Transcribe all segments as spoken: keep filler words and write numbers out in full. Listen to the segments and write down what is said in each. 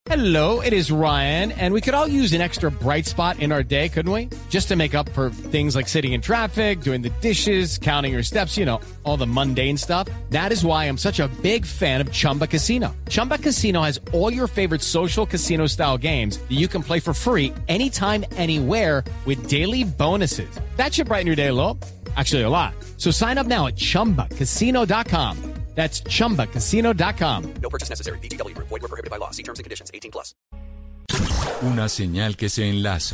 Hello, it is Ryan, and we could all use an extra bright spot in our day, couldn't we? Just to make up for things like sitting in traffic, doing the dishes, counting your steps, you know, all the mundane stuff. That is why I'm such a big fan of Chumba Casino. Chumba Casino has all your favorite social casino-style games that you can play for free anytime, anywhere with daily bonuses. That should brighten your day a little. Actually, a lot. So sign up now at chumba casino dot com. That's chumba casino dot com. No purchase necessary. V G W Group. Void where prohibited by law. See terms and conditions. eighteen plus. Una señal que se enlaza.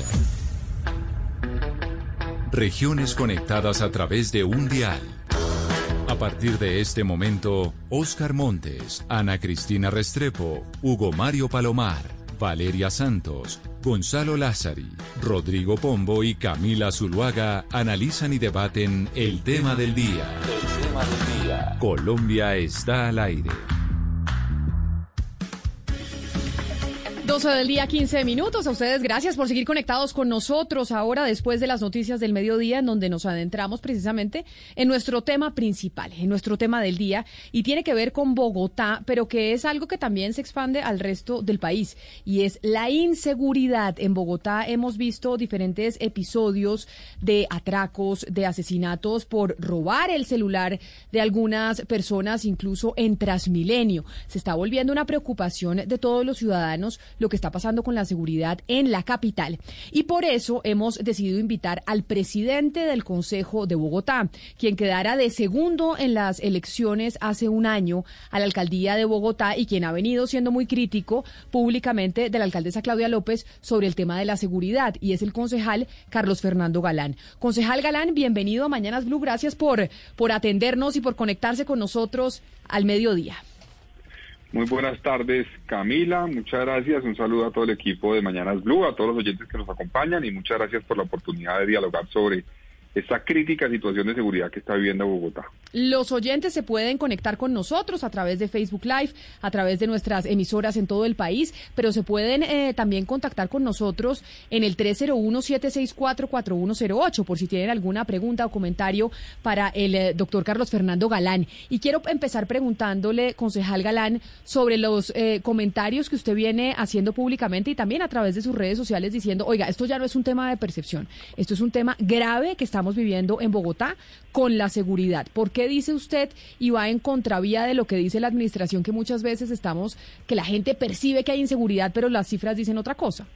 Regiones conectadas a través de un dial. A partir de este momento, Oscar Montes, Ana Cristina Restrepo, Hugo Mario Palomar, Valeria Santos, Gonzalo Lázari, Rodrigo Pombo y Camila Zuluaga analizan y debaten el tema del día. El tema del día. Colombia está al aire. doce del día, quince minutos. A ustedes gracias por seguir conectados con nosotros ahora después de las noticias del mediodía, en donde nos adentramos precisamente en nuestro tema principal, en nuestro tema del día, y tiene que ver con Bogotá, pero que es algo que también se expande al resto del país, y es la inseguridad. En Bogotá hemos visto diferentes episodios de atracos, de asesinatos por robar el celular de algunas personas, incluso en Transmilenio. Se está volviendo una preocupación de todos los ciudadanos lo que está pasando con la seguridad en la capital. Y por eso hemos decidido invitar al presidente del Consejo de Bogotá, quien quedara de segundo en las elecciones hace un año a la alcaldía de Bogotá y quien ha venido siendo muy crítico públicamente de la alcaldesa Claudia López sobre el tema de la seguridad, y es el concejal Carlos Fernando Galán. Concejal Galán, bienvenido a Mañanas Blue. Gracias por, por atendernos y por conectarse con nosotros al mediodía. Muy buenas tardes, Camila, muchas gracias, un saludo a todo el equipo de Mañanas Blue, a todos los oyentes que nos acompañan, y muchas gracias por la oportunidad de dialogar sobre esta crítica situación de seguridad que está viviendo Bogotá. Los oyentes se pueden conectar con nosotros a través de Facebook Live, a través de nuestras emisoras en todo el país, pero se pueden eh, también contactar con nosotros en el tres cero uno, siete seis cuatro, cuatro uno cero ocho por si tienen alguna pregunta o comentario para el eh, doctor Carlos Fernando Galán. Y quiero empezar preguntándole, concejal Galán, sobre los eh, comentarios que usted viene haciendo públicamente y también a través de sus redes sociales diciendo, oiga, esto ya no es un tema de percepción, esto es un tema grave que estamos viviendo en Bogotá con la seguridad. ¿Por qué dice usted y va en contravía de lo que dice la administración, que muchas veces estamos, que la gente percibe que hay inseguridad, pero las cifras dicen otra cosa?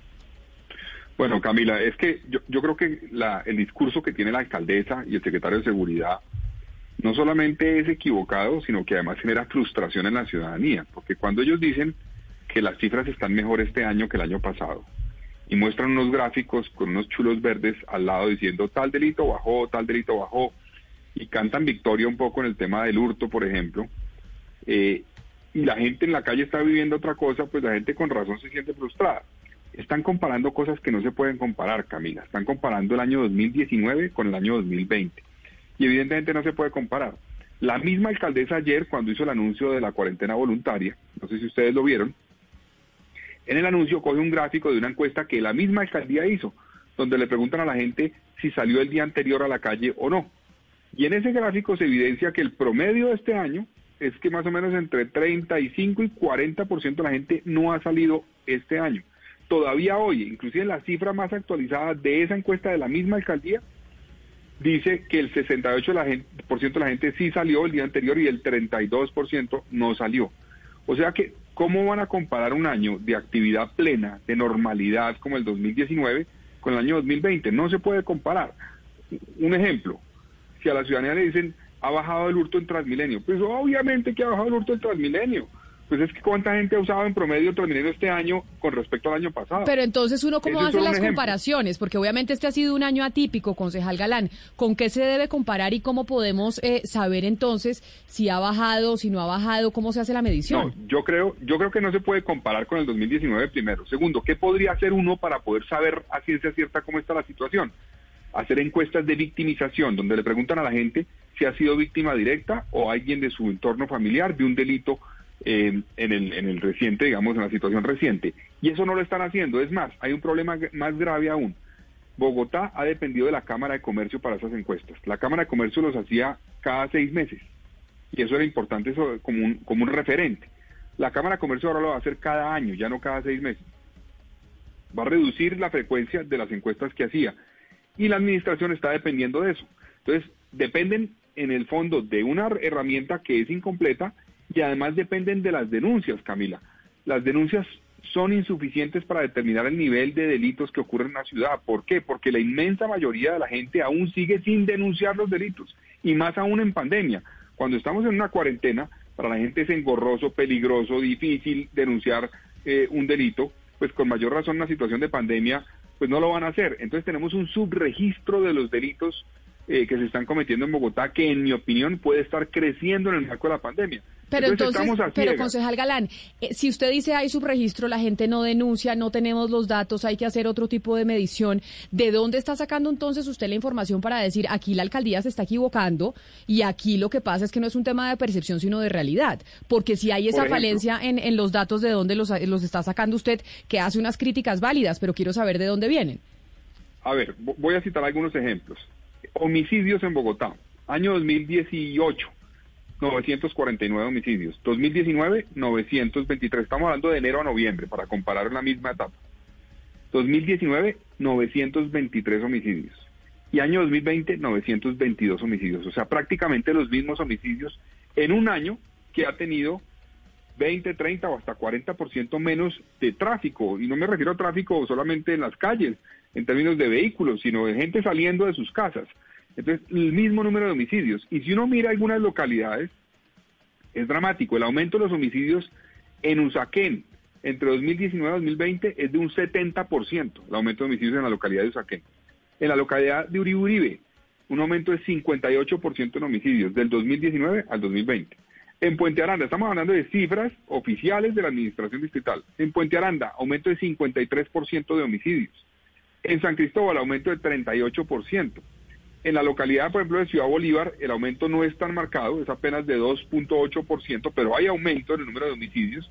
Bueno, Camila, es que yo, yo creo que la, el discurso que tiene la alcaldesa y el secretario de Seguridad no solamente es equivocado, sino que además genera frustración en la ciudadanía, porque cuando ellos dicen que las cifras están mejor este año que el año pasado, y muestran unos gráficos con unos chulos verdes al lado diciendo tal delito bajó, tal delito bajó, y cantan victoria un poco en el tema del hurto, por ejemplo, eh, y la gente en la calle está viviendo otra cosa, pues la gente con razón se siente frustrada. Están comparando cosas que no se pueden comparar, Camila. Están comparando el año dos mil diecinueve con el año dos mil veinte, y evidentemente no se puede comparar. La misma alcaldesa ayer, cuando hizo el anuncio de la cuarentena voluntaria, no sé si ustedes lo vieron, en el anuncio coge un gráfico de una encuesta que la misma alcaldía hizo, donde le preguntan a la gente si salió el día anterior a la calle o no. Y en ese gráfico se evidencia que el promedio de este año es que más o menos entre treinta y cinco y cuarenta por ciento de la gente no ha salido este año. Todavía hoy, inclusive en la cifra más actualizada de esa encuesta de la misma alcaldía, dice que el sesenta y ocho por ciento de la gente sí salió el día anterior y el treinta y dos por ciento no salió. O sea que, ¿cómo van a comparar un año de actividad plena, de normalidad como el dos mil diecinueve con el año dos mil veinte? No se puede comparar. Un ejemplo, si a la ciudadanía le dicen, ha bajado el hurto en Transmilenio, pues obviamente que ha bajado el hurto en Transmilenio. Pues es que cuánta gente ha usado en promedio Transmilenio este año con respecto al año pasado. Pero entonces uno cómo hace las comparaciones, porque obviamente este ha sido un año atípico, concejal Galán. ¿Con qué se debe comparar y cómo podemos eh, saber entonces si ha bajado, si no ha bajado, cómo se hace la medición? No, yo creo, yo creo que no se puede comparar con el dos mil diecinueve primero. Segundo, ¿qué podría hacer uno para poder saber a ciencia cierta cómo está la situación? Hacer encuestas de victimización, donde le preguntan a la gente si ha sido víctima directa o alguien de su entorno familiar de un delito Eh, en el en el reciente, digamos, en la situación reciente. Y eso no lo están haciendo. Es más, hay un problema más grave aún. Bogotá ha dependido de la Cámara de Comercio para esas encuestas. La Cámara de Comercio los hacía cada seis meses. Y eso era importante, eso como un, como un referente. La Cámara de Comercio ahora lo va a hacer cada año, ya no cada seis meses. Va a reducir la frecuencia de las encuestas que hacía. Y la administración está dependiendo de eso. Entonces, dependen en el fondo de una herramienta que es incompleta y además dependen de las denuncias, Camila. Las denuncias son insuficientes para determinar el nivel de delitos que ocurren en la ciudad. ¿Por qué? Porque la inmensa mayoría de la gente aún sigue sin denunciar los delitos, y más aún en pandemia. Cuando estamos en una cuarentena, para la gente es engorroso, peligroso, difícil denunciar eh, un delito, pues con mayor razón en una situación de pandemia, pues no lo van a hacer. Entonces tenemos un subregistro de los delitos eh, que se están cometiendo en Bogotá, que en mi opinión puede estar creciendo en el marco de la pandemia. Pero entonces, entonces pero concejal Galán, eh, si usted dice hay subregistro, la gente no denuncia, no tenemos los datos, hay que hacer otro tipo de medición, ¿de dónde está sacando entonces usted la información para decir aquí la alcaldía se está equivocando y aquí lo que pasa es que no es un tema de percepción sino de realidad? Porque si hay esa falencia en, en los datos, ¿de dónde los, los está sacando usted? Que hace unas críticas válidas, pero quiero saber de dónde vienen. A ver, voy a citar algunos ejemplos. Homicidios en Bogotá, año dos mil dieciocho. novecientos cuarenta y nueve homicidios. dos mil diecinueve, novecientos veintitrés. Estamos hablando de enero a noviembre, para comparar en la misma etapa. dos mil diecinueve, novecientos veintitrés homicidios. Y año dos mil veinte, novecientos veintidós homicidios. O sea, prácticamente los mismos homicidios en un año que ha tenido veinte, treinta o hasta cuarenta por ciento menos de tráfico. Y no me refiero a tráfico solamente en las calles, en términos de vehículos, sino de gente saliendo de sus casas. Entonces, el mismo número de homicidios. Y si uno mira algunas localidades, es dramático. El aumento de los homicidios en Usaquén entre dos mil diecinueve y dos mil veinte es de un setenta por ciento, el aumento de homicidios en la localidad de Usaquén. En la localidad de Uribe Uribe, un aumento de cincuenta y ocho por ciento en homicidios, del dos mil diecinueve al dos mil veinte. En Puente Aranda, estamos hablando de cifras oficiales de la administración distrital. En Puente Aranda, aumento de cincuenta y tres por ciento de homicidios. En San Cristóbal, aumento de treinta y ocho por ciento. En la localidad, por ejemplo, de Ciudad Bolívar, el aumento no es tan marcado, es apenas de dos punto ocho por ciento, pero hay aumento en el número de homicidios.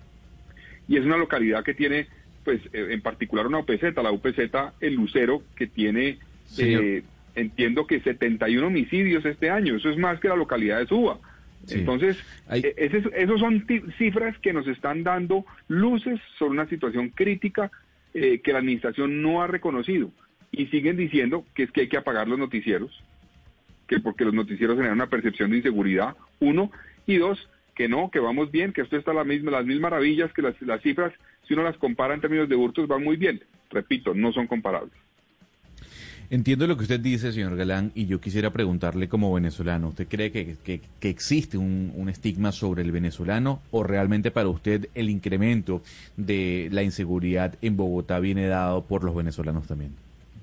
Y es una localidad que tiene, pues, en particular una U P Z, la U P Z El Lucero, que tiene, eh, entiendo que setenta y uno homicidios este año. Eso es más que la localidad de Suba. Sí. Entonces, hay... esos, esos son cifras que nos están dando luces sobre una situación crítica eh, que la administración no ha reconocido. Y siguen diciendo que es que hay que apagar los noticieros, que porque los noticieros generan una percepción de inseguridad, uno, y dos, que no, que vamos bien, que esto está a la misma, las mil maravillas, que las, las cifras, si uno las compara en términos de hurtos, van muy bien. Repito, no son comparables. Entiendo lo que usted dice, señor Galán, y yo quisiera preguntarle como venezolano, ¿usted cree que, que, que existe un, un estigma sobre el venezolano o realmente para usted el incremento de la inseguridad en Bogotá viene dado por los venezolanos también?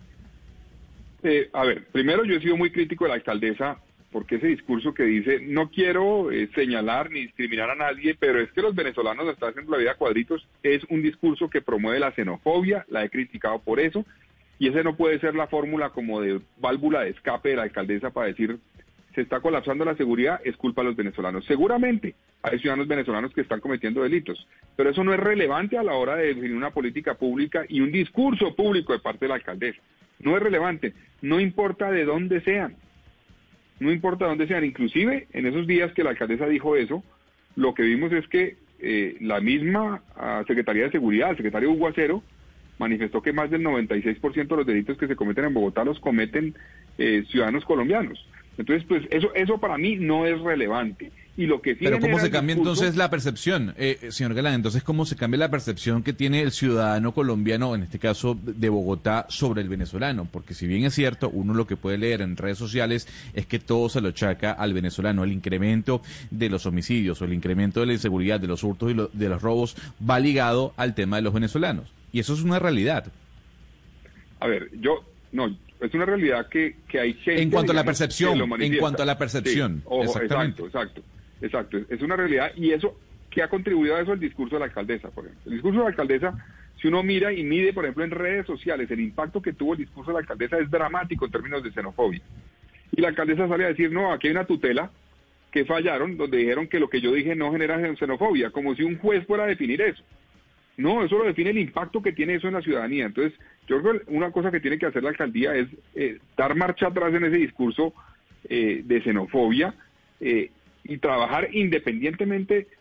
Eh, a ver, primero yo he sido muy crítico de la alcaldesa porque ese discurso que dice no quiero eh, señalar ni discriminar a nadie, pero es que los venezolanos nos están haciendo la vida a cuadritos, es un discurso que promueve la xenofobia, la he criticado por eso, y ese no puede ser la fórmula como de válvula de escape de la alcaldesa para decir se está colapsando la seguridad, es culpa de los venezolanos. Seguramente hay ciudadanos venezolanos que están cometiendo delitos, pero eso no es relevante a la hora de definir una política pública y un discurso público de parte de la alcaldesa. No es relevante, no importa de dónde sean, no importa de dónde sean. Inclusive, en esos días que la alcaldesa dijo eso, lo que vimos es que eh, la misma uh, Secretaría de Seguridad, el secretario Hugo Acero, manifestó que más del noventa y seis por ciento de los delitos que se cometen en Bogotá los cometen eh, ciudadanos colombianos. Entonces, pues eso eso para mí no es relevante. Y lo que sí Pero ¿cómo se cambia discurso... entonces la percepción, eh, señor Galán? Entonces, ¿cómo se cambia la percepción que tiene el ciudadano colombiano, en este caso de Bogotá, sobre el venezolano? Porque si bien es cierto, uno lo que puede leer en redes sociales es que todo se lo achaca al venezolano. El incremento de los homicidios o el incremento de la inseguridad, de los hurtos y lo, de los robos va ligado al tema de los venezolanos. Y eso es una realidad. A ver, yo... no. Es una realidad que, que hay gente... En cuanto a la percepción, en cuanto a la percepción. Sí, ojo, exactamente. Exacto, exacto, exacto. Es una realidad y eso, ¿qué ha contribuido a eso? El discurso de la alcaldesa, por ejemplo. El discurso de la alcaldesa, si uno mira y mide, por ejemplo, en redes sociales, el impacto que tuvo el discurso de la alcaldesa es dramático en términos de xenofobia. Y la alcaldesa sale a decir, no, aquí hay una tutela que fallaron, donde dijeron que lo que yo dije no genera xenofobia, como si un juez fuera a definir eso. No, eso lo define el impacto que tiene eso en la ciudadanía. Entonces, yo creo que una cosa que tiene que hacer la alcaldía es eh, dar marcha atrás en ese discurso eh, de xenofobia eh, y trabajar independientemente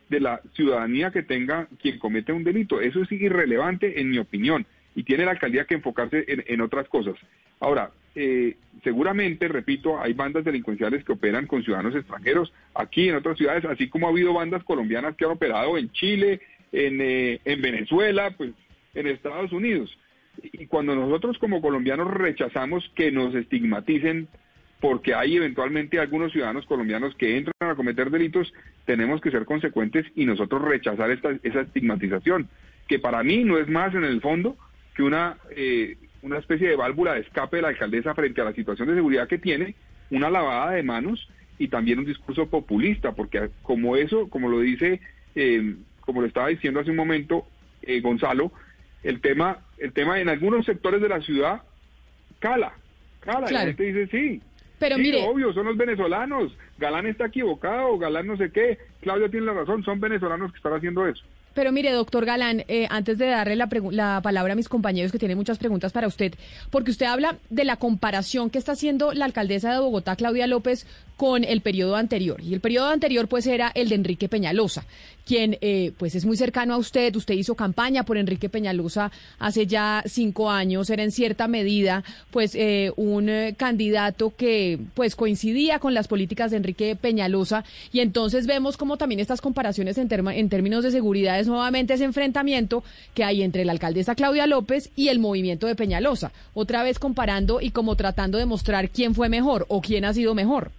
de la ciudadanía que tenga quien comete un delito. Eso es irrelevante en mi opinión y tiene la alcaldía que enfocarse en, en otras cosas. Ahora, eh, seguramente, repito, hay bandas delincuenciales que operan con ciudadanos extranjeros aquí en otras ciudades, así como ha habido bandas colombianas que han operado en Chile, en, eh, en Venezuela, pues en Estados Unidos. Y cuando nosotros como colombianos rechazamos que nos estigmaticen porque hay eventualmente algunos ciudadanos colombianos que entran a cometer delitos, tenemos que ser consecuentes y nosotros rechazar esta, esa estigmatización, que para mí no es más en el fondo que una, eh, una especie de válvula de escape de la alcaldesa frente a la situación de seguridad que tiene, una lavada de manos y también un discurso populista, porque como eso, como lo dice, eh, como lo estaba diciendo hace un momento eh, Gonzalo, el tema, el tema en algunos sectores de la ciudad cala, cala, claro. Y la gente dice sí. Pero sí, mire, obvio, son los venezolanos. Galán está equivocado, Galán no sé qué. Claudia tiene la razón, son venezolanos que están haciendo eso. Pero mire, doctor Galán, eh, antes de darle la, la palabra a mis compañeros que tienen muchas preguntas para usted, porque usted habla de la comparación que está haciendo la alcaldesa de Bogotá, Claudia López, con el periodo anterior. Y el periodo anterior, pues, era el de Enrique Peñalosa, quien, eh, pues, es muy cercano a usted. Usted hizo campaña por Enrique Peñalosa hace ya cinco años. Era en cierta medida, pues, eh, un eh, candidato que, pues, coincidía con las políticas de Enrique Peñalosa. Y entonces vemos como también estas comparaciones en, term en términos de seguridad es nuevamente ese enfrentamiento que hay entre la alcaldesa Claudia López y el movimiento de Peñalosa. Otra vez comparando y como tratando de mostrar quién fue mejor o quién ha sido mejor.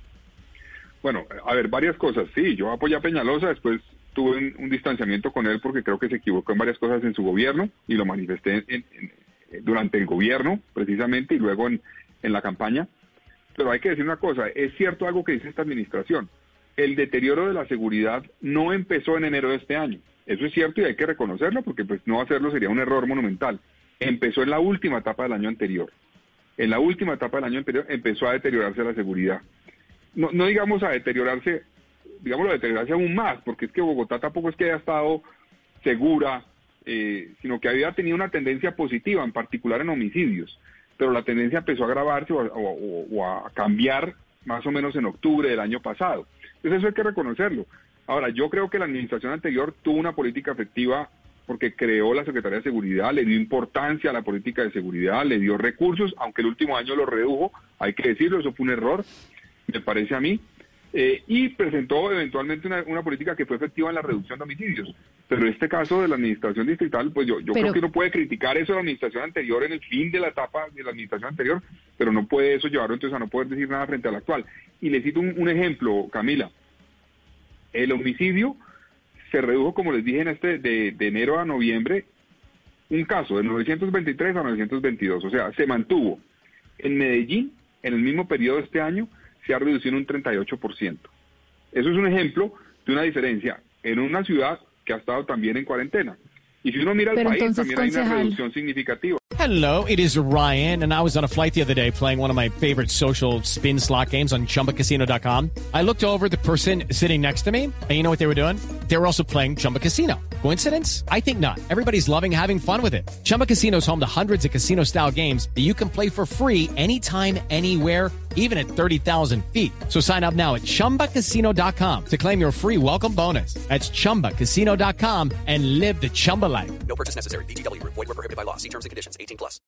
Bueno, a ver, varias cosas. Sí, yo apoyé a Peñalosa, después tuve un, un distanciamiento con él porque creo que se equivocó en varias cosas en su gobierno y lo manifesté en, en, en, durante el gobierno, precisamente, y luego en, en la campaña. Pero hay que decir una cosa, es cierto algo que dice esta administración. El deterioro de la seguridad no empezó en enero de este año. Eso es cierto y hay que reconocerlo porque pues no hacerlo sería un error monumental. Empezó en la última etapa del año anterior. En la última etapa del año anterior empezó a deteriorarse la seguridad. No, no digamos a deteriorarse, digamos a deteriorarse aún más, porque es que Bogotá tampoco es que haya estado segura, eh, sino que había tenido una tendencia positiva, en particular en homicidios, pero la tendencia empezó a agravarse o a, o, o a cambiar más o menos en octubre del año pasado. Entonces eso hay que reconocerlo. Ahora, yo creo que la administración anterior tuvo una política efectiva porque creó la Secretaría de Seguridad, le dio importancia a la política de seguridad, le dio recursos, aunque el último año lo redujo, hay que decirlo, eso fue un error, me parece a mí, eh, y presentó eventualmente una, una política que fue efectiva en la reducción de homicidios. Pero en este caso de la administración distrital, pues yo, yo pero, creo que uno puede criticar eso de la administración anterior en el fin de la etapa de la administración anterior, pero no puede eso llevarlo entonces a no poder decir nada frente a la actual. Y le cito un, un ejemplo, Camila. El homicidio se redujo, como les dije, en este de, de enero a noviembre, un caso de novecientos veintitrés a novecientos veintidós, o sea, se mantuvo. En Medellín, en el mismo periodo de este año, se ha reducido en un treinta y ocho por ciento. Eso es un ejemplo de una diferencia en una ciudad que ha estado también en cuarentena. Y si uno mira el Pero país, entonces, también hay una concejal, reducción significativa. Hello, it is Ryan, and I was on a flight the other day playing one of my favorite social spin slot games on Chumba Casino dot com. I looked over at the person sitting next to me, and you know what they were doing? They were also playing Chumba Casino. Coincidence? I think not. Everybody's loving having fun with it. Chumba Casino is home to hundreds of casino-style games that you can play for free anytime, anywhere, even at thirty thousand feet. So sign up now at Chumba Casino dot com to claim your free welcome bonus. That's Chumba Casino dot com and live the Chumba life. No purchase necessary. V G W. Void where prohibited by law. See terms and conditions. eighteen plus.